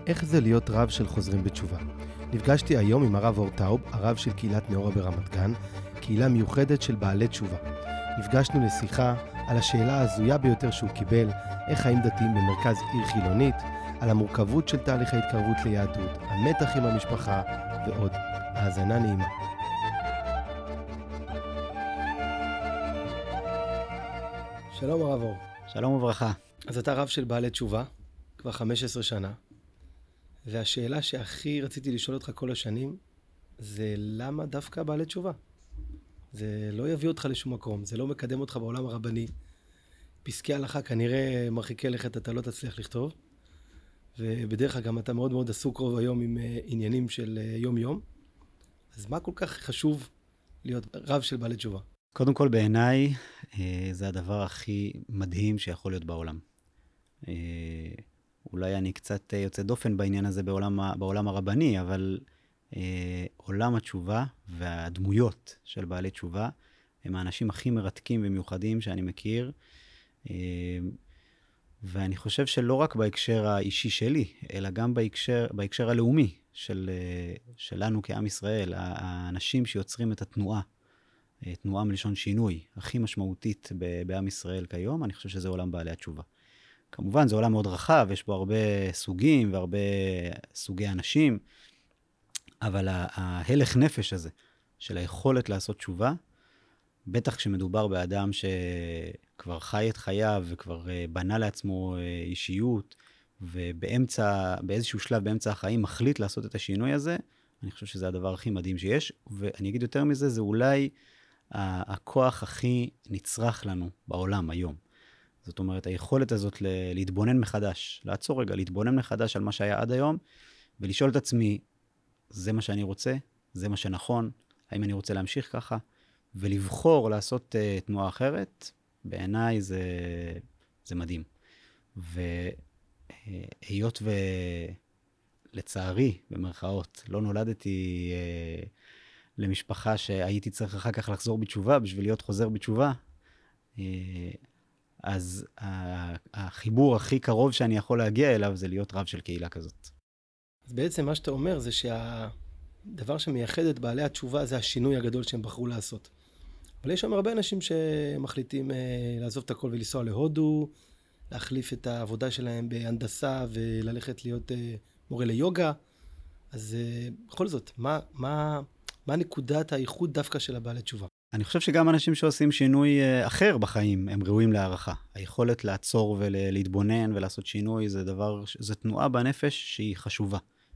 איך זה להיות רב של חוזרים בתשובה? נפגשתי היום עם הרב אור טאוב, הרב של קהילת נאורה ברמת גן, קהילה מיוחדת של בעלי תשובה. נפגשנו לשיחה על השאלה ההזויה ביותר שהוא קיבל, איך חיים דתיים במרכז עיר חילונית, על המורכבות של תהליך ההתקרבות ליהדות, המתח עם המשפחה ועוד. האזנה נעימה. שלום הרב אור. שלום וברכה. אז אתה רב של בעלי תשובה, כבר 15 שנה. והשאלה שהכי רציתי לשאול אותך כל השנים, זה למה דווקא בעלי תשובה? זה לא יביא אותך לשום מקום, זה לא מקדם אותך בעולם הרבני. פסקי הלכה כנראה מרחיקי לכת אתה לא תצליח לכתוב, ובדרך כלל גם אתה מאוד מאוד עסוק רוב היום עם עניינים של יום יום. אז מה כל כך חשוב להיות רב של בעלי תשובה? קודם כל בעיניי זה הדבר הכי מדהים שיכול להיות בעולם. אולי אני קצת יוצא דופן בעניין הזה בעולם הרבני, אבל עולם התשובה והדמויות של בעלי תשובה הם האנשים הכי מרתקים ומיוחדים שאני מכיר, ואני חושב שלא רק בהקשר האישי שלי, אלא גם בהקשר הלאומי שלנו כעם ישראל, האנשים שיוצרים את התנועה, תנועה מלשון שינוי, הכי משמעותית בעם ישראל כיום, אני חושב שזה עולם בעלי התשובה. כמובן, זה עולם מאוד רחב, יש בו הרבה סוגים והרבה סוגי אנשים, אבל ההלך נפש הזה, של היכולת לעשות תשובה, בטח כשמדובר באדם שכבר חי את חייו וכבר בנה לעצמו אישיות, ובאיזשהו שלב באמצע החיים מחליט לעשות את השינוי הזה, אני חושב שזה הדבר הכי מדהים שיש, ואני אגיד יותר מזה, זה אולי הכוח הכי נצרך לנו בעולם היום. זאת אומרת, היכולת הזאת להתבונן מחדש, לעצור רגע, להתבונן מחדש על מה שהיה עד היום, ולשאול את עצמי, זה מה שאני רוצה? זה מה שנכון? האם אני רוצה להמשיך ככה? ולבחור לעשות תנועה אחרת, בעיניי זה מדהים. והיות ולצערי, במרכאות, לא נולדתי למשפחה שהייתי צריך אחר כך לחזור בתשובה, בשביל להיות חוזר בתשובה, אז החיבור הכי קרוב שאני יכול להגיע אליו זה להיות רב של קהילה כזאת. אז בעצם מה שאתה אומר זה שהדבר שמייחד את בעלי התשובה זה השינוי הגדול שהם בחרו לעשות. אבל יש שם הרבה אנשים שמחליטים לעזוב את הכל ולנסוע להודו, להחליף את העבודה שלהם בהנדסה וללכת להיות מורה ליוגה. אז בכל זאת, מה נקודת הייחוד דווקא של הבעלי תשובה? אני חושב שגם אנשים שעושים שינוי אחר בחיים, הם ראויים להערכה. היכולת לעצור ולהתבונן ולעשות שינוי, זה תנועה בנפש שהיא חשובה.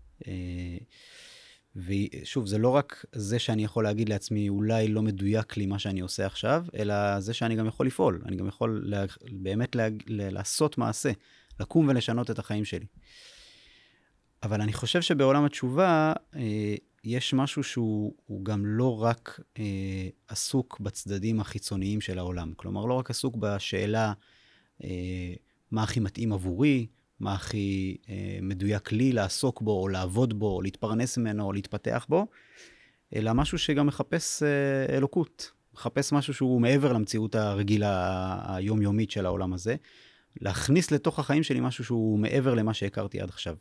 ושוב, זה לא רק זה שאני יכול להגיד לעצמי, אולי לא מדויק לי מה שאני עושה עכשיו, אלא זה שאני גם יכול לפעול. אני גם יכול באמת לעשות מעשה, לקום ולשנות את החיים שלי. אבל אני חושב שבעולם התשובה, יש משהו שהוא גם לא רק עסוק בצדדים החיצוניים של העולם. כלומר, לא רק עסוק בשאלה מה הכי מתאים עבורי, מה הכי מדויק לי לעסוק בו, או לעבוד בו, או להתפרנס ממנו, או להתפתח בו, אלא משהו שגם מחפש אלוקות. מחפש משהו שהוא מעבר למציאות הרגילה היומיומית של העולם הזה. להכניס לתוך החיים שלי משהו שהוא מעבר למה שהכרתי עד עכשיו.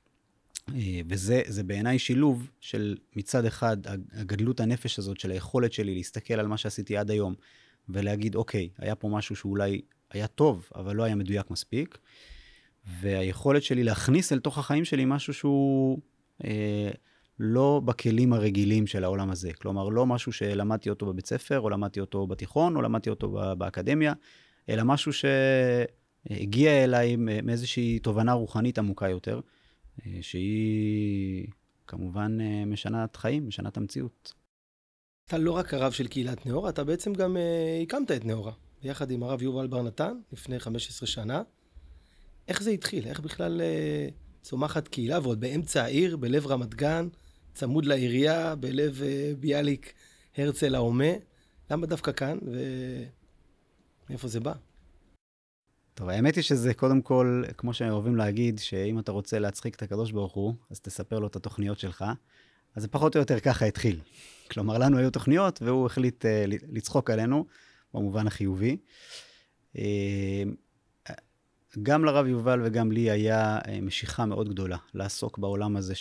וזה בעיניי שילוב של מצד אחד הגדלות הנפש הזאת של היכולת שלי להסתכל על מה שעשיתי עד היום ולהגיד אוקיי, היה פה משהו שאולי היה טוב אבל לא היה מדויק מספיק, והיכולת שלי להכניס אל תוך החיים שלי משהו שהוא לא בכלים הרגילים של העולם הזה, כלומר לא משהו שלמדתי אותו בבית ספר או למדתי אותו בתיכון או למדתי אותו באקדמיה, אלא משהו שהגיע אליי מאיזושהי תובנה רוחנית עמוקה יותר, שהיא כמובן משנת חיים, משנת המציאות. אתה לא רק הרב של קהילת נאורה, אתה בעצם גם הקמת את נאורה, ביחד עם הרב יובל בר נתן, לפני 15 שנה. איך זה התחיל? איך בכלל צומחת קהילה, ועוד באמצע העיר, בלב רמת גן, צמוד לעירייה, בלב ביאליק, הרצל ההומה? למה דווקא כאן, ומאיפה זה בא? טוב, האמת היא שזה קודם כל, כמו שאוהבים להגיד, שאם אתה רוצה להצחיק את הקדוש ברוך הוא, אז תספר לו את התוכניות שלך, אז זה פחות או יותר ככה התחיל. כלומר, לנו היו תוכניות, והוא החליט לצחוק עלינו, במובן החיובי. גם לרב יובל וגם לי היה משיכה מאוד גדולה לעסוק בעולם הזה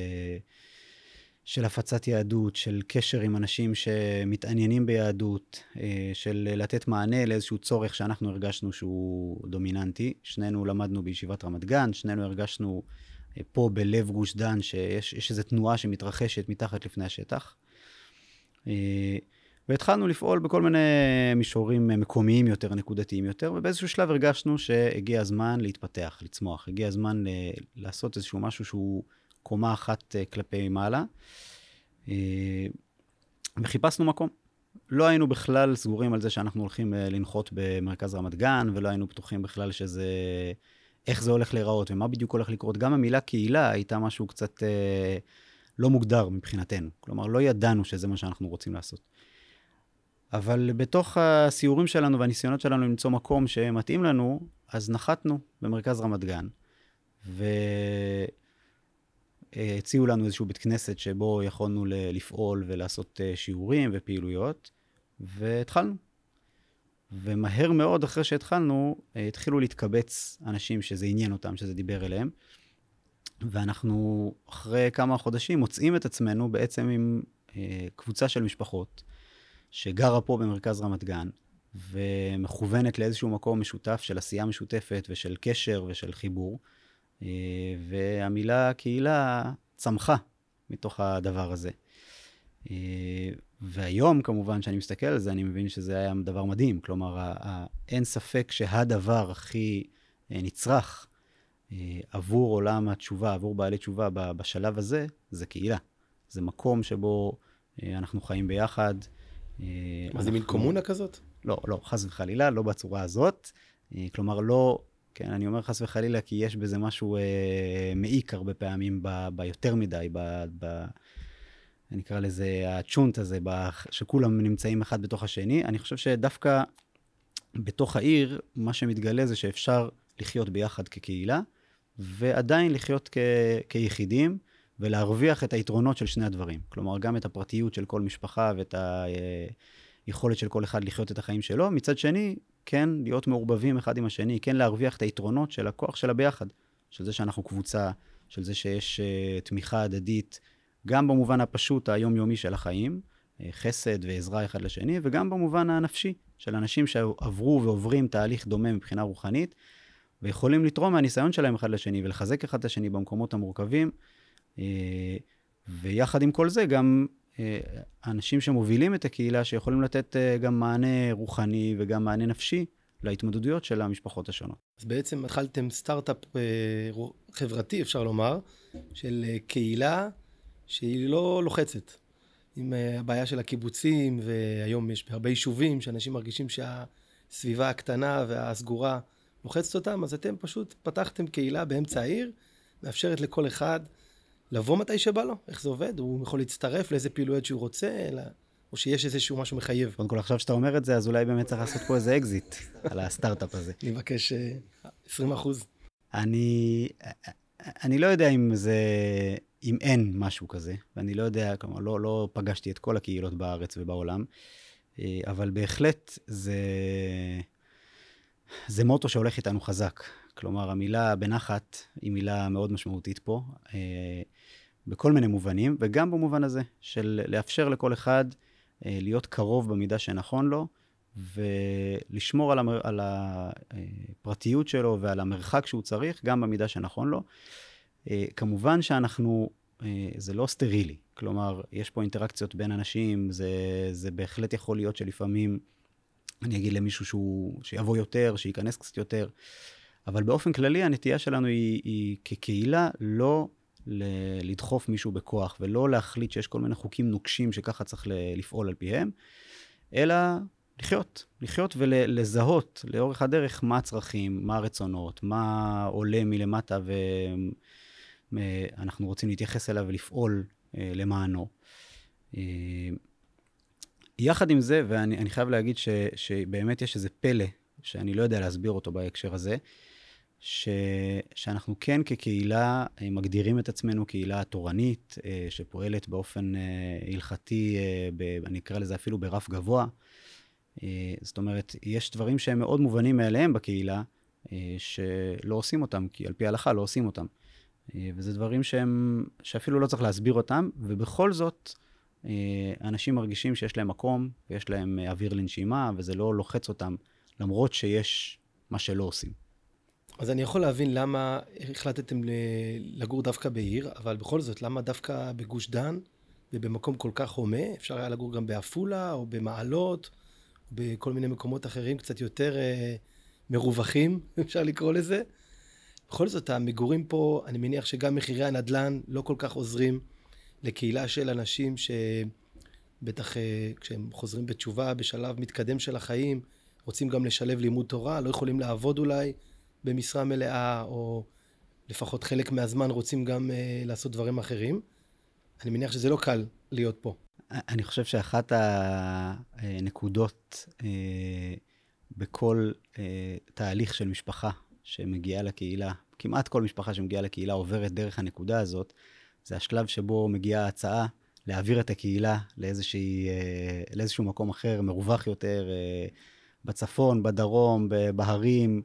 של הפצת יהדות, של קשר עם אנשים שמתעניינים ביהדות, של לתת מענה לאיזשהו צורך שאנחנו הרגשנו שהוא דומיננטי. שנינו למדנו בישיבת רמת גן, שנינו הרגשנו פה בלב גוש דן שיש איזו תנועה שמתרחשת מתחת לפני השטח. והתחלנו לפעול בכל מיני מישורים מקומיים יותר, נקודתיים יותר, ובאיזשהו שלב הרגשנו שהגיע הזמן להתפתח, לצמוח. הגיע הזמן לעשות איזשהו משהו שהוא קומה אחת כלפי מעלה. וחיפשנו מקום. לא היינו בכלל סגורים על זה שאנחנו הולכים לנחות במרכז רמת גן, ולא היינו פתוחים בכלל איך זה הולך להיראות, ומה בדיוק הולך לקרות. גם המילה קהילה הייתה משהו קצת לא מוגדר מבחינתנו. כלומר, לא ידענו שזה מה שאנחנו רוצים לעשות. אבל בתוך הסיורים שלנו והניסיונות שלנו למצוא מקום שמתאים לנו, אז נחתנו במרכז רמת גן, והציעו לנו איזשהו בית כנסת שבו יכולנו לפעול ולעשות שיעורים ופעילויות, והתחלנו. ומהר מאוד אחרי שהתחלנו, התחילו להתקבץ אנשים שזה עניין אותם, שזה דיבר אליהם, ואנחנו אחרי כמה חודשים מוצאים את עצמנו בעצם עם קבוצה של משפחות, שגרה פה במרכז רמת גן, ומכוונת לאיזשהו מקום משותף של עשייה משותפת ושל קשר ושל חיבור, והמילה קהילה צמחה מתוך הדבר הזה. והיום כמובן שאני מסתכל על זה, אני מבין שזה היה דבר מדהים, כלומר אין ספק שהדבר הכי נצרך עבור עולם התשובה, עבור בעלי תשובה בשלב הזה, זה קהילה. זה מקום שבו אנחנו חיים ביחד. מה זה מין קומונה כזאת? לא, חס וחלילה, לא בצורה הזאת. כלומר, לא, כן, אני אומר חס וחלילה, כי יש בזה משהו מעיק הרבה פעמים ביותר מדי, אני אקרא לזה הצ'ונט הזה, שכולם נמצאים אחד בתוך השני. אני חושב שדווקא בתוך העיר, מה שמתגלה זה שאפשר לחיות ביחד כקהילה, ועדיין לחיות כיחידים, ולהרוויח את היתרונות של שני הדברים. כלומר, גם את הפרטיות של כל משפחה, ואת היכולת של כל אחד לחיות את החיים שלו. מצד שני, כן, להיות מעורבבים אחד עם השני, כן להרוויח את היתרונות של הכוח שלה ביחד. של זה שאנחנו קבוצה, של זה שיש תמיכה הדדית, גם במובן הפשוט היומיומי של החיים, חסד ועזרה אחד לשני, וגם במובן הנפשי של אנשים שעברו ועוברים תהליך דומה מבחינה רוחנית, ויכולים לתרום מהניסיון שלהם אחד לשני, ולחזק אחד לשני במקומות המורכבים, ויחד עם כל זה גם אנשים שמובילים את הקהילה, שיכולים לתת גם מענה רוחני וגם מענה נפשי להתמודדויות של המשפחות השונות. אז בעצם התחלתם סטארט-אפ חברתי, אפשר לומר, של קהילה שהיא לא לוחצת. עם הבעיה של הקיבוצים, והיום יש בהרבה יישובים שאנשים מרגישים שהסביבה הקטנה והסגורה לוחצת אותם, אז אתם פשוט פתחתם קהילה באמצע העיר, מאפשרת לכל אחד לבוא מתי שבא לו. איך זה עובד? הוא יכול להצטרף לאיזה פעילויות שהוא רוצה, או שיש איזשהו משהו מחייב. קודם כל, עכשיו שאתה אומר את זה, אז אולי באמת צריך לעשות פה איזה אקזיט על הסטארט-אפ הזה. אני מבקש 20%. אני לא יודע אם אין משהו כזה, ואני לא יודע, כלומר, לא פגשתי את כל הקהילות בארץ ובעולם, אבל בהחלט זה מוטו שהולך איתנו חזק. כלומר, המילה בנחת היא מילה מאוד משמעותית פה, בכל מיני מובנים, וגם במובן הזה של לאפשר לכל אחד להיות קרוב במידה שנכון לו, ולשמור על הפרטיות שלו ועל המרחק שהוא צריך, גם במידה שנכון לו. כמובן שאנחנו, זה לא סטרילי, כלומר, יש פה אינטראקציות בין אנשים, זה בהחלט יכול להיות שלפעמים אני אגיד למישהו שיבוא יותר, שייכנס קצת יותר, אבל באופן כללי הנטייה שלנו היא כקהילה לא לדחוף מישהו בכוח, ולא להחליט שיש כל מיני חוקים נוקשים שככה צריך לפעול על פיהם, אלא לחיות ולזהות לאורך הדרך מה הצרכים, מה הרצונות, מה עולה מלמטה ואנחנו רוצים להתייחס אליו ולפעול למענו. יחד עם זה, ואני חייב להגיד שבאמת יש איזה פלא, שאני לא יודע להסביר אותו בהקשר הזה, שאנחנו כן כקהילה מגדירים את עצמנו קהילה תורנית, שפועלת באופן הלכתי, אני אקרא לזה אפילו ברף גבוה. זאת אומרת, יש דברים שהם מאוד מובנים מאליהם בקהילה, שלא עושים אותם, כי על פי ההלכה לא עושים אותם. וזה דברים שאפילו לא צריך להסביר אותם, ובכל זאת, אנשים מרגישים שיש להם מקום, ויש להם אוויר לנשימה, וזה לא לוחץ אותם, למרות שיש מה שלא עושים. אז אני יכול להבין למה החלטתם לגור דווקא בעיר, אבל בכל זאת, למה דווקא בגוש דן, ובמקום כל כך הומה? אפשר היה לגור גם בעפולה, או במעלות, או בכל מיני מקומות אחרים, קצת יותר מרווחים, אפשר לקרוא לזה. בכל זאת, המגורים פה, אני מניח שגם מחירי הנדל"ן לא כל כך עוזרים לקהילה של אנשים שבטח כשהם חוזרים בתשובה בשלב מתקדם של החיים, רוצים גם לשלב לימוד תורה, לא יכולים לעבוד אולי במשרה מלאה, או לפחות חלק מהזמן רוצים גם לעשות דברים אחרים. אני מניח שזה לא קל להיות פה. אני חושב שאחת הנקודות בכל תהליך של משפחה שמגיעה לקהילה, כמעט כל משפחה שמגיעה לקהילה עוברת דרך הנקודה הזאת, זה השלב שבו מגיעה ההצעה להעביר את הקהילה לאיזשהו מקום אחר, מרווח יותר, בצפון, בדרום, בהרים.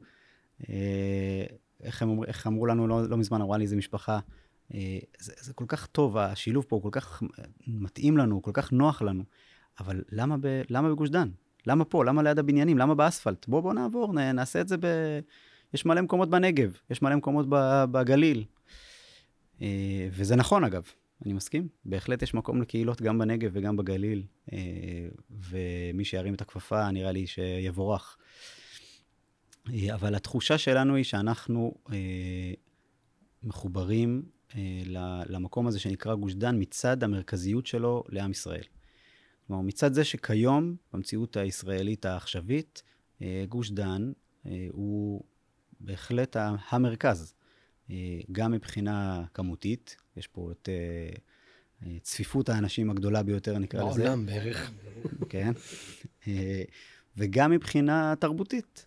איך אמרו לנו לא מזמן, אמרה לי איזה משפחה, זה כל כך טוב, השילוב פה הוא כל כך מתאים לנו, כל כך נוח לנו, אבל למה בגוש דן? למה פה? למה ליד הבניינים? למה באספלט? בוא נעבור, נעשה את זה יש מלא מקומות בנגב, יש מלא מקומות בגליל. וזה נכון אגב, אני מסכים. בהחלט יש מקום לקהילות גם בנגב וגם בגליל, ומי שירים את הכפפה נראה לי שיבורך. אבל התחושה שלנו היא שאנחנו מחוברים למקום הזה שנקרא גוש דן מצד המרכזיות שלו לעם ישראל. כלומר, מצד זה שכיום, במציאות הישראלית העכשווית, גוש דן הוא בהחלט המרכז. גם מבחינה כמותית, יש פה את צפיפות האנשים הגדולה ביותר, נקרא לזה. בעולם בערך. כן. וגם מבחינה תרבותית.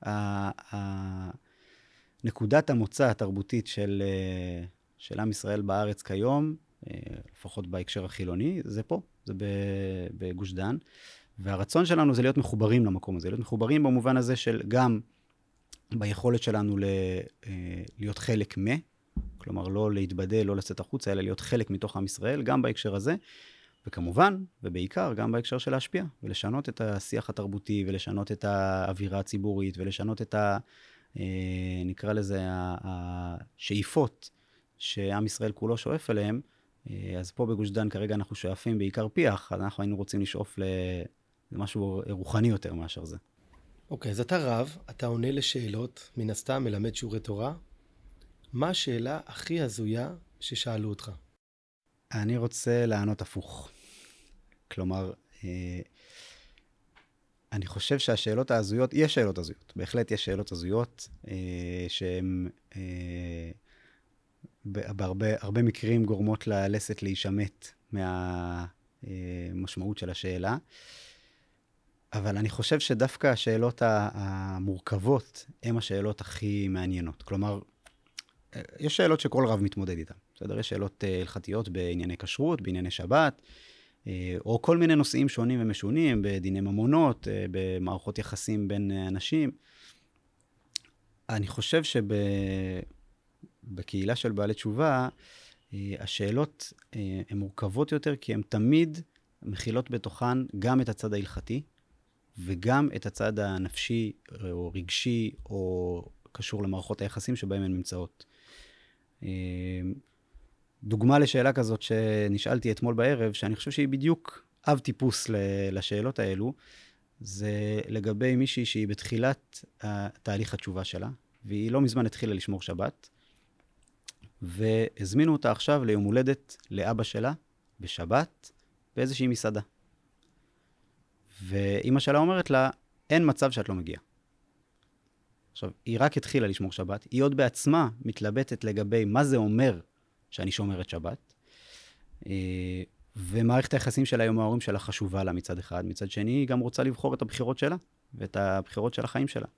נקודת המוצא התרבותית של עם ישראל בארץ כיום, לפחות בהקשר החילוני, זה פה, זה בגוש דן. והרצון שלנו זה להיות מחוברים למקום הזה, להיות מחוברים במובן הזה של גם ביכולת שלנו להיות חלק כלומר לא להתבדל, לא לצאת החוצה, אלא להיות חלק מתוך עם ישראל, גם בהקשר הזה, וכמובן, ובעיקר, גם בהקשר של להשפיע, ולשנות את השיח התרבותי, ולשנות את האווירה הציבורית, ולשנות את נקרא לזה, השאיפות שעם ישראל כולו שואף אליהם. אז פה בגוש דן כרגע אנחנו שואפים בעיקר פיח, אז אנחנו היינו רוצים לשאוף למשהו רוחני יותר מאשר זה. אוקיי, אז אתה רב, אתה עונה לשאלות, מן הסתם מלמד שיעורי תורה. מה השאלה הכי הזויה ששאלו אותך? אני רוצה לענות הפוך. כלומר, אני חושב שהשאלות ההזויות, יש שאלות הזויות, בהחלט יש שאלות הזויות, שהן בהרבה מקרים גורמות ללסת להישמט מהמשמעות של השאלה, אבל אני חושב שדווקא השאלות המורכבות הן השאלות הכי מעניינות. כלומר, יש שאלות שכל רב מתמודד איתן. בסדר? יש שאלות הלכתיות בענייני כשרות, בענייני שבת, או כל מיני נושאים שונים ומשונים, בדיני ממונות, במערכות יחסים בין אנשים. אני חושב שבקהילה של בעלי תשובה, השאלות הן מורכבות יותר, כי הן תמיד מכילות בתוכן גם את הצד ההלכתי, וגם את הצד הנפשי או רגשי, או קשור למערכות היחסים שבהם הן נמצאות. דוגמה לשאלה כזאת שנשאלתי אתמול בערב, שאני חושב שהיא בדיוק אב טיפוס לשאלות האלו, זה לגבי מישהי שהיא בתחילת תהליך התשובה שלה, והיא לא מזמן התחילה לשמור שבת, והזמינו אותה עכשיו ליום הולדת לאבא שלה בשבת באיזושהי מסעדה. ואמא שלה אומרת לה, אין מצב שאת לא מגיעה. עכשיו, היא רק התחילה לשמור שבת, היא עוד בעצמה מתלבטת לגבי מה זה אומר שאני שומרת שבת, ומערכת היחסים שלה עם ההורים שלה חשובה לה מצד אחד, מצד שני היא גם רוצה לבחור את הבחירות שלה, ואת הבחירות של החיים שלה.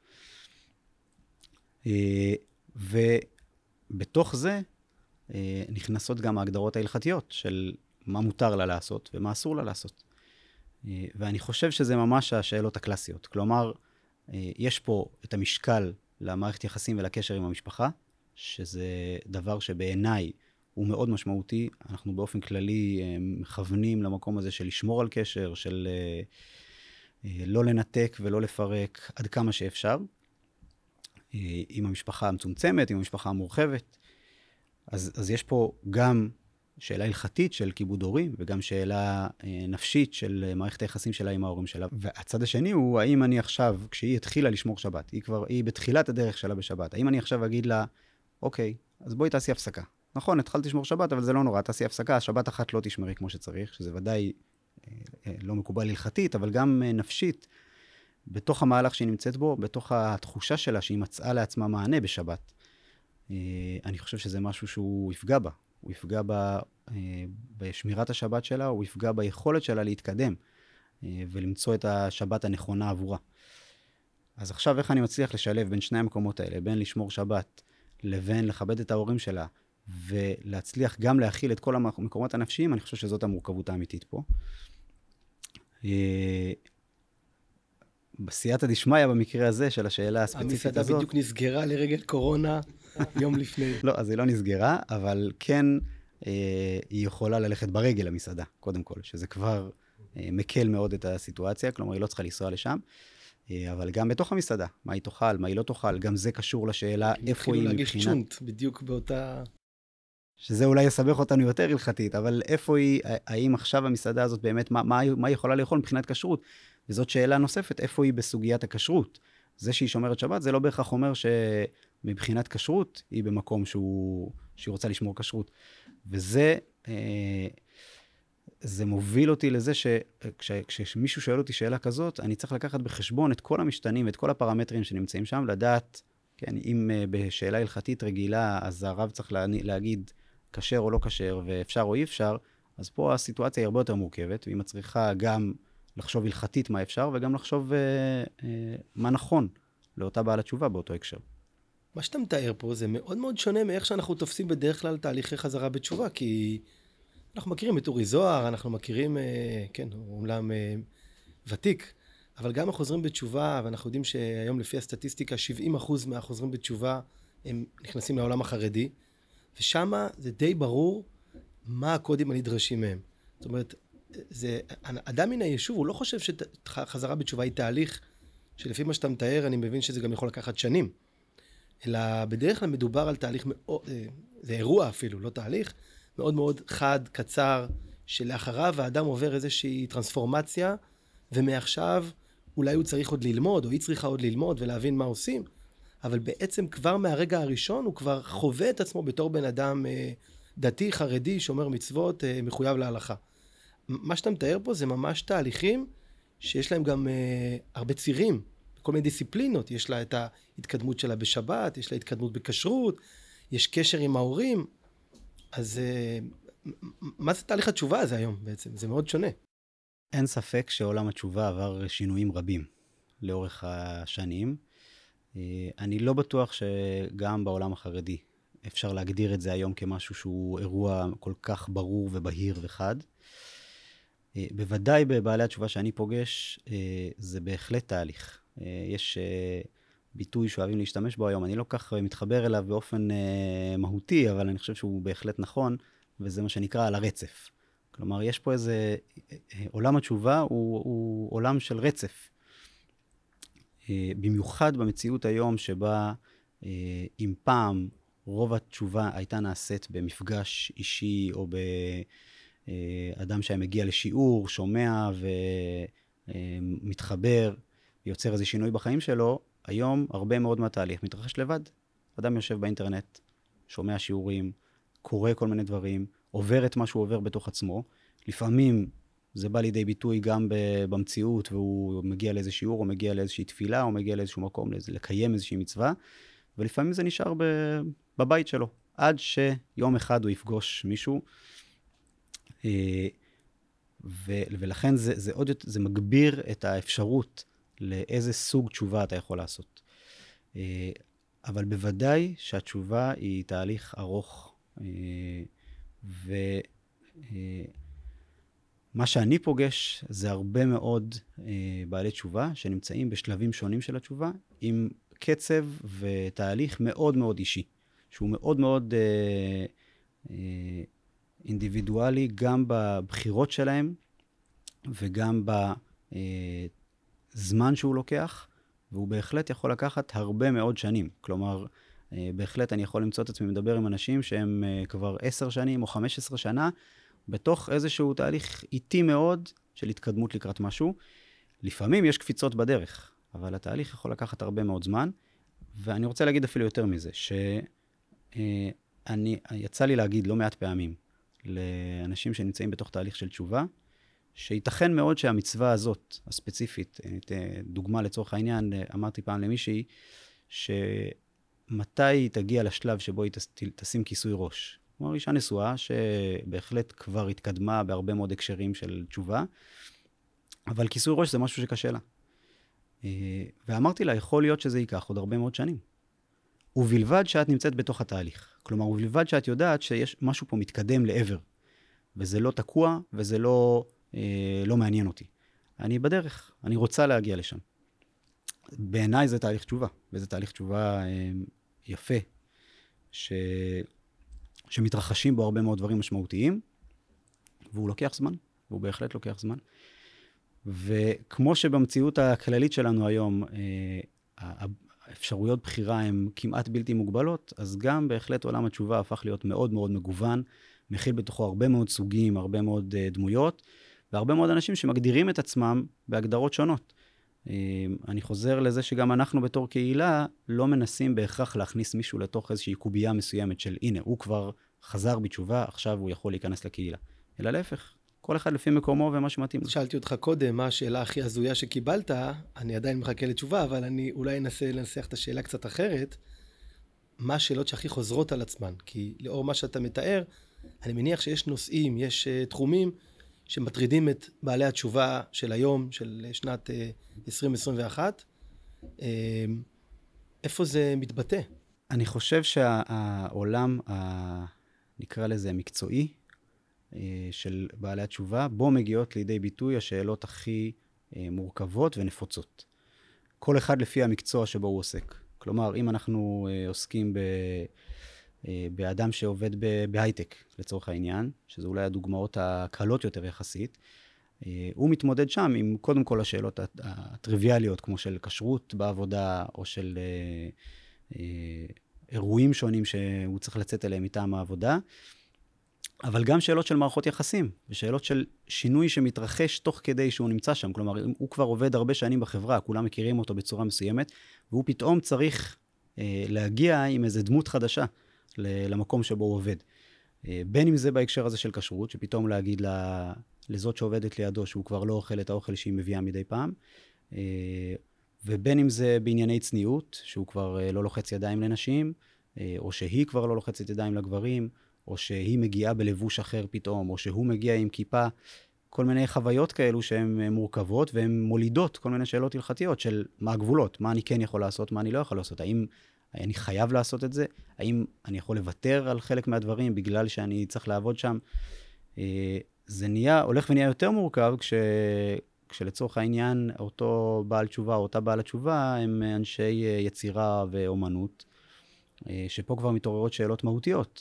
ובתוך זה נכנסות גם ההגדרות ההלכתיות של מה מותר לה לעשות ומה אסור לה לעשות. ואני חושב שזה ממש השאלות הקלאסיות. כלומר, יש פה את המשקל למערכת יחסים ולקשר עם המשפחה, שזה דבר שבעיניי הוא מאוד משמעותי. אנחנו באופן כללי מכוונים למקום הזה של לשמור על קשר, של לא לנתק ולא לפרק עד כמה שאפשר, עם המשפחה המצומצמת, עם המשפחה המורחבת. אז יש פה גם שאלה הלכתית של כיבוד הורים, וגם שאלה נפשית של מערכת היחסים שלה עם ההורים שלה. והצד השני הוא, האם אני עכשיו, כשהיא התחילה לשמור שבת, היא בתחילת הדרך שלה בשבת, האם אני עכשיו אגיד לה, אוקיי, אז בואי תעשי הפסקה. נכון, התחלת לשמור שבת, אבל זה לא נורא, תעשי הפסקה, שבת אחת לא תשמרי כמו שצריך, שזה ודאי לא מקובל הלכתית, אבל גם נפשית, בתוך המהלך שהיא נמצאת בו, בתוך התחושה שלה שהיא מצאה לעצמה מענה בשבת. אני חושב שזה משהו שהוא יפגע בה. הוא יפגע בה בשמירת השבת שלה, הוא יפגע ביכולת שלה להתקדם ולמצוא את השבת הנכונה עבורה. אז עכשיו איך אני מצליח לשלב בין שני המקומות האלה, בין לשמור שבת לבין לכבד את ההורים שלה, ולהצליח גם להכיל את כל המקומות הנפשיים, אני חושב שזאת המורכבות האמיתית פה. בסייעתא דשמיא במקרה הזה של השאלה הספציפית הזאת. המסעדה בדיוק נסגרה לרגל קורונה יום לפני. לא, אז היא לא נסגרה, אבל כן היא יכולה ללכת ברגל למסעדה, קודם כל, שזה כבר מקל מאוד את הסיטואציה, כלומר היא לא צריכה לנסוע לשם, אבל גם בתוך המסעדה, מה היא תאכל, מה היא לא תאכל, גם זה קשור לשאלה איפה היא מבחינת... התחילו להגיש צ'ונט בדיוק באותה... שזה אולי יסבך אותנו יותר הלכתית, אבל איפה היא, האם עכשיו המסעדה הזאת באמת, מה היא יכולה לאכול מבחינת כשרות? וזאת שאלה נוספת, איפה היא בסוגיית הכשרות? זה שהיא שומרת שבת, זה לא בהכרח אומר שמבחינת כשרות, היא במקום שהיא רוצה לשמור כשרות. וזה, זה מוביל אותי לזה שכשמישהו שואל אותי שאלה כזאת, אני צריך לקחת בחשבון את כל המשתנים ואת כל הפרמטרים שנמצאים שם, לדעת, כן, אם בשאלה הלכתית רגילה, אז הרב צריך להגיד כשר או לא כשר, ואפשר או אי אפשר, אז פה הסיטואציה היא הרבה יותר מורכבת, והיא מצריכה גם לחשוב הלכתית מה אפשר, וגם לחשוב מה נכון לאותה בעלת תשובה באותו הקשר. מה שאתה מתאר פה זה מאוד מאוד שונה מאיך שאנחנו תופסים בדרך כלל תהליכי חזרה בתשובה, כי אנחנו מכירים את אורי זוהר, אנחנו מכירים, כן, הוא אומנם ותיק, אבל גם החוזרים בתשובה, ואנחנו יודעים שהיום לפי הסטטיסטיקה 70% מהחוזרים בתשובה הם נכנסים לעולם החרדי, ושם זה די ברור מה הקודים הנדרשים מהם. זאת אומרת, אדם מן היישוב, הוא לא חושב שחזרה בתשובה היא תהליך, שלפי מה שאתה מתאר, אני מבין שזה גם יכול לקחת שנים. אלא בדרך כלל מדובר על תהליך, זה אירוע אפילו, לא תהליך, מאוד מאוד חד, קצר, שלאחריו האדם עובר איזושהי טרנספורמציה, ומעכשיו אולי הוא צריך עוד ללמוד, או היא צריכה עוד ללמוד ולהבין מה עושים, אבל בעצם כבר מהרגע הראשון הוא כבר חווה את עצמו בתור בן אדם דתי, חרדי, שומר מצוות, מחויב להלכה. מה שאתה מתאר פה זה ממש תהליכים שיש להם גם הרבה צירים, כל מיני דיסציפלינות, יש לה את ההתקדמות שלה בשבת, יש לה התקדמות בכשרות, יש קשר עם ההורים, אז מה זה תהליך התשובה הזה היום בעצם? זה מאוד שונה. אין ספק שעולם התשובה עבר שינויים רבים לאורך השנים. אני לא בטוח שגם בעולם החרדי אפשר להגדיר את זה היום כמשהו שהוא אירוע כל כך ברור ובהיר וחד. בוודאי בבעלי התשובה שאני פוגש, זה בהחלט תהליך. יש ביטוי שאוהבים להשתמש בו היום, אני לא כך מתחבר אליו באופן מהותי, אבל אני חושב שהוא בהחלט נכון, וזה מה שנקרא על הרצף. כלומר, יש פה איזה, עולם התשובה הוא עולם של רצף. במיוחד במציאות היום שבה אם פעם רוב התשובה הייתה נעשית במפגש אישי או באדם שהיה מגיע לשיעור, שומע ומתחבר, יוצר איזה שינוי בחיים שלו, היום הרבה מאוד מהתהליך מתרחש לבד. אדם יושב באינטרנט, שומע שיעורים, קורא כל מיני דברים, עובר את מה שהוא עובר בתוך עצמו. לפעמים זה בא לידי ביטוי גם במציאות, והוא מגיע לאיזה שיעור, או מגיע לאיזושהי תפילה, או מגיע לאיזשהו מקום לקיים איזושהי מצווה, ולפעמים זה נשאר בבית שלו, עד שיום אחד הוא יפגוש מישהו, ולכן זה מגביר את האפשרות לאיזה סוג תשובה אתה יכול לעשות. אבל בוודאי שהתשובה היא תהליך ארוך, מה שאני פוגש זה הרבה מאוד בעלי תשובה שנמצאים בשלבים שונים של התשובה, עם קצב ותהליך מאוד מאוד אישי, שהוא מאוד מאוד אינדיבידואלי, גם בבחירות שלהם, וגם בזמן שהוא לוקח, והוא בהחלט יכול לקחת הרבה מאוד שנים. כלומר, בהחלט אני יכול למצוא את עצמי מדבר עם אנשים שהם כבר 10 שנים או 15 שנה, בתוך איזשהו תהליך איטי מאוד של התקדמות לקראת משהו. לפעמים יש קפיצות בדרך, אבל התהליך יכול לקחת הרבה מאוד זמן, ואני רוצה להגיד אפילו יותר מזה, יצא לי להגיד לא מעט פעמים לאנשים שנמצאים בתוך תהליך של תשובה, שייתכן מאוד שהמצווה הזאת, הספציפית, דוגמה לצורך העניין, אמרתי פעם למישהי, שמתי היא תגיע לשלב שבו היא תשים כיסוי ראש. כלומר, אישה נשואה שבהחלט כבר התקדמה בהרבה מאוד הקשרים של תשובה, אבל כיסוי ראש זה משהו שקשה לה. ואמרתי לה, יכול להיות שזה ייקח עוד הרבה מאוד שנים. ובלבד שאת נמצאת בתוך התהליך. כלומר, ובלבד שאת יודעת שיש משהו פה מתקדם לעבר, וזה לא תקוע, וזה לא מעניין אותי. אני בדרך, אני רוצה להגיע לשם. בעיניי זה תהליך תשובה, וזה תהליך תשובה יפה, שמתרחשים בו הרבה מאוד דברים משמעותיים, והוא לוקח זמן, והוא בהחלט לוקח זמן. וכמו שבמציאות הכללית שלנו היום, האפשרויות בחירה הן כמעט בלתי מוגבלות, אז גם בהחלט עולם התשובה הפך להיות מאוד מאוד מגוון, מכיל בתוכו הרבה מאוד סוגים, הרבה מאוד דמויות, והרבה מאוד אנשים שמגדירים את עצמם בהגדרות שונות. אני חוזר לזה שגם אנחנו בתור קהילה לא מנסים בהכרח להכניס מישהו לתוך איזושהי קובייה מסוימת של הנה, הוא כבר חזר בתשובה, עכשיו הוא יכול להיכנס לקהילה. אלא להפך, כל אחד לפי מקומו ומה שמתאים. שאלתי אותך קודם, מה השאלה הכי הזויה שקיבלת, אני עדיין מחכה לתשובה, אבל אני אולי אנסה לנסח את השאלה קצת אחרת, מה השאלות שהכי חוזרות על עצמן? כי לאור מה שאתה מתאר, אני מניח שיש נושאים, יש תחומים שמטרידים את בעלי התשובה של היום, של שנת 2021. איפה זה מתבטא? אני חושב שהעולם, נקרא לזה מקצועי, של בעלי התשובה, בו מגיעות לידי ביטוי השאלות הכי מורכבות ונפוצות. כל אחד לפי המקצוע שבו הוא עוסק. כלומר, אם אנחנו עוסקים באדם שעובד בהייטק, לצורך העניין, שזו אולי הדוגמאות הקלות יותר יחסית, הוא מתמודד שם עם קודם כל השאלות הטריוויאליות, כמו של כשרות בעבודה, או של אירועים שונים שהוא צריך לצאת אליהם מטעם העבודה, אבל גם שאלות של מערכות יחסים, ושאלות של שינוי שמתרחש תוך כדי שהוא נמצא שם. כלומר, הוא כבר עובד הרבה שנים בחברה, כולם מכירים אותו בצורה מסוימת, והוא פתאום צריך להגיע עם איזו דמות חדשה למקום שבו הוא עובד. בין אם זה בהקשר הזה של כשרות, שפתאום להגיד לזאת שעובדת לידו שהוא כבר לא אוכל את האוכל שהיא מביאה מדי פעם, ובין אם זה בענייני צניעות, שהוא כבר לא לוחץ ידיים לנשים, או שהיא כבר לא לוחצת ידיים לגברים, או שהיא מגיעה בלבוש אחר פתאום, או שהוא מגיע עם כיפה, כל מיני חוויות כאלו שהן מורכבות, והן מולידות כל מיני שאלות הלכתיות של מה הגבולות, מה אני כן יכול לעשות, מה אני לא יכול לעשות, האם אני חייב לעשות את זה, האם אני יכול לוותר על חלק מהדברים בגלל שאני צריך לעבוד שם. זה הולך ונהיה יותר מורכב כשלצורך העניין אותו בעל תשובה או אותה בעל התשובה הם אנשי יצירה ואומנות, שפה כבר מתעוררות שאלות מהותיות.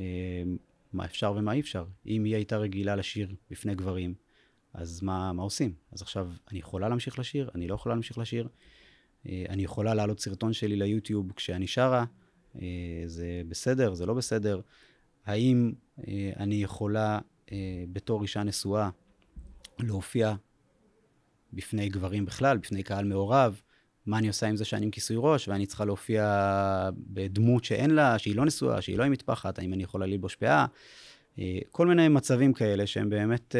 מה אפשר ומה אי אפשר. אם היא הייתה רגילה לשיר בפני גברים, אז מה עושים? אז עכשיו, אני יכולה להמשיך לשיר? אני לא יכולה להמשיך לשיר? אני יכולה להעלות סרטון שלי ליוטיוב כשאני שרה? זה בסדר? זה לא בסדר? האם אני יכולה בתור אישה נשואה להופיע בפני גברים בכלל, בפני קהל מעורב? מה אני עושה עם זה שאני עם כיסוי ראש, ואני צריכה להופיע בדמות שאין לה, שהיא לא נשואה, שהיא לא עם מטפחת, האם אני יכולה ללבוש פאה? כל מיני מצבים כאלה שהם באמת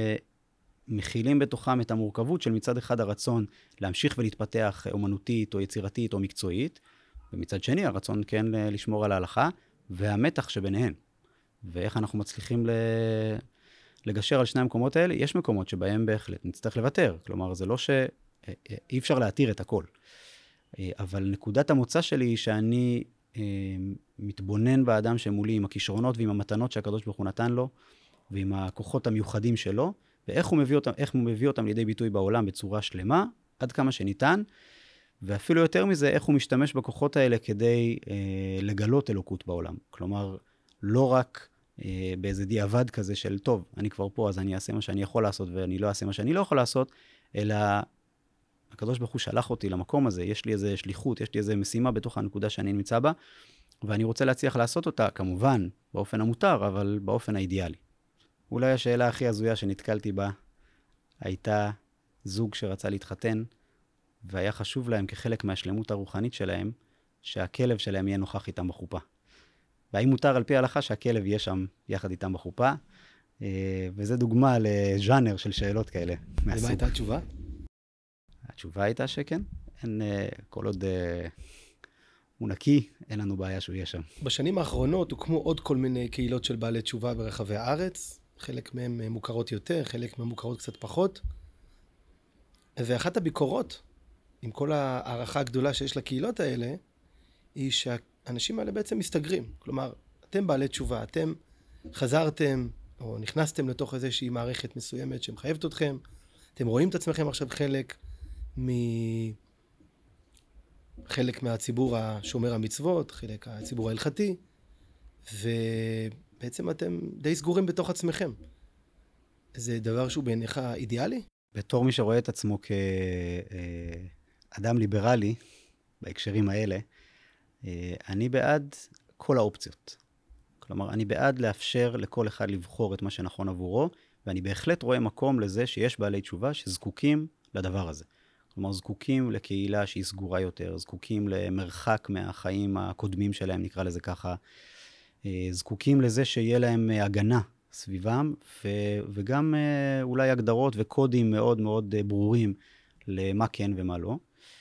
מכילים בתוכם את המורכבות של מצד אחד הרצון להמשיך ולהתפתח אומנותית או יצירתית או מקצועית, ומצד שני הרצון כן לשמור על ההלכה, והמתח שביניהן. ואיך אנחנו מצליחים לגשר על שני המקומות האלה? יש מקומות שבהם בהחלט נצטרך לוותר, כלומר זה לא אי אפשר להתיר את הכל. אבל נקודת המוצא שלי היא שאני מתבונן באדם שמולי עם הכישרונות ועם המתנות שהקדוש ברוך הוא נתן לו, ועם הכוחות המיוחדים שלו, ואיך הוא מביא אותם לידי ביטוי בעולם בצורה שלמה, עד כמה שניתן, ואפילו יותר מזה, איך הוא משתמש בכוחות האלה כדי לגלות אלוקות בעולם. כלומר, לא רק באיזה דיעבד כזה של, טוב, אני כבר פה, אז אני אעשה מה שאני יכול לעשות, ואני לא אעשה מה שאני לא יכול לעשות, אלא הקדוש ברוך הוא שלח אותי למקום הזה, יש לי איזה שליחות, יש לי איזה משימה בתוך הנקודה שאני נמצא בה, ואני רוצה להצליח לעשות אותה, כמובן, באופן המותר, אבל באופן האידיאלי. אולי השאלה הכי הזויה שנתקלתי בה, הייתה זוג שרצה להתחתן, והיה חשוב להם כחלק מהשלמות הרוחנית שלהם, שהכלב שלהם יהיה נוכח איתם בחופה. והאם מותר על פי ההלכה שהכלב יהיה שם יחד איתם בחופה, וזה דוגמה לז'אנר של שאלות כאלה. ומה הייתה התשובה? התשובה הייתה שכן, אין, כל עוד הוא נקי, אין לנו בעיה שהוא יהיה שם. בשנים האחרונות הוקמו עוד כל מיני קהילות של בעלי תשובה ברחבי הארץ, חלק מהם מוכרות יותר, חלק מהם מוכרות קצת פחות. ואחת הביקורות, עם כל הערכה הגדולה שיש לקהילות האלה, היא שהאנשים האלה בעצם מסתגרים. כלומר, אתם בעלי תשובה, אתם חזרתם או נכנסתם לתוך איזושהי מערכת מסוימת שמחייבת אתכם, אתם רואים את עצמכם עכשיו חלק מהציבור השומר המצוות, חלק הציבור ההלכתי, ובעצם אתם די סגורים בתוך עצמכם. זה דבר שהוא בעיניך אידיאלי? בתור מי שרואה את עצמו כאדם ליברלי, בהקשרים האלה, אני בעד כל האופציות. כלומר, אני בעד לאפשר לכל אחד לבחור את מה שנכון עבורו, ואני בהחלט רואה מקום לזה שיש בעלי תשובה שזקוקים לדבר הזה. כלומר, זקוקים לקהילה שהיא סגורה יותר, זקוקים למרחק מהחיים הקודמים שלהם, נקרא לזה ככה, זקוקים לזה שיהיה להם הגנה סביבם, וגם אולי הגדרות וקודים מאוד מאוד ברורים למה כן ומה לא.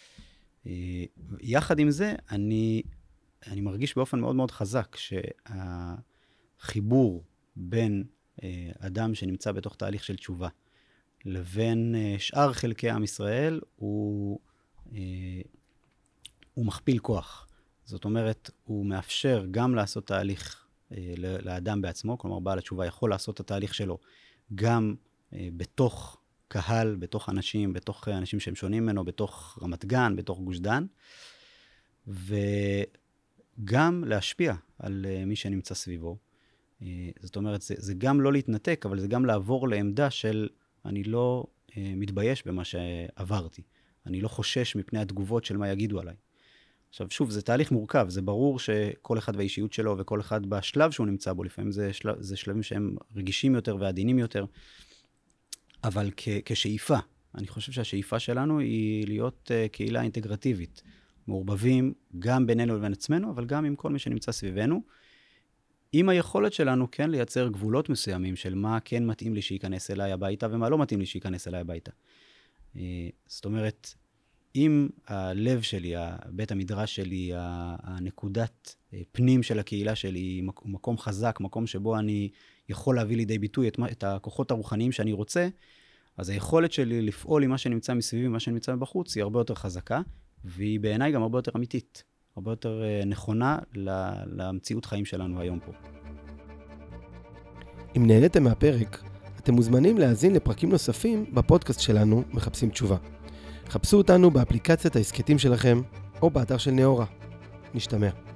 יחד עם זה, אני מרגיש באופן מאוד מאוד חזק שהחיבור בין אדם שנמצא בתוך תהליך של תשובה, לבין שאר חלקי עם ישראל, הוא מכפיל כוח. זאת אומרת, הוא מאפשר גם לעשות תהליך לאדם בעצמו, כלומר, בעל התשובה יכול לעשות את התהליך שלו, גם בתוך קהל, בתוך אנשים שהם שונים ממנו, בתוך רמת גן, בתוך גוש דן, וגם להשפיע על מי שנמצא סביבו. זאת אומרת, זה גם לא להתנתק, אבל זה גם לעבור לעמדה של אני לא מתבייש במה שעברתי. אני לא חושש מפני התגובות של מה יגידו עליי. עכשיו, שוב, זה תהליך מורכב. זה ברור שכל אחד והאישיות שלו וכל אחד בשלב שהוא נמצא בו, לפעמים זה שלבים שהם רגישים יותר ועדינים יותר, אבל כשאיפה, אני חושב שהשאיפה שלנו היא להיות קהילה אינטגרטיבית, מעורבבים גם בינינו לבין עצמנו, אבל גם עם כל מי שנמצא סביבנו, עם היכולת שלנו כן לייצר גבולות מסוימים של מה כן מתאים לי שייכנס אליי הביתה ומה לא מתאים לי שייכנס אליי הביתה. זאת אומרת, אם הלב שלי, בית המדרש שלי, הנקודת פנים של הקהילה שלי, מקום חזק, מקום שבו אני יכול להביא לידי ביטוי את הכוחות הרוחניים שאני רוצה, אז היכולת שלי לפעול עם מה שנמצא מסביבי, מה שנמצא מבחוץ, היא הרבה יותר חזקה, והיא בעיניי גם הרבה יותר אמיתית, הרבה יותר נכונה למציאות חיים שלנו היום פה. אם נהניתם מהפרק, אתם מוזמנים להאזין לפרקים נוספים בפודקאסט שלנו, מחפשים תשובה. חפשו אותנו באפליקציית העסקתים שלכם, או באתר של נאורה. נשתמע.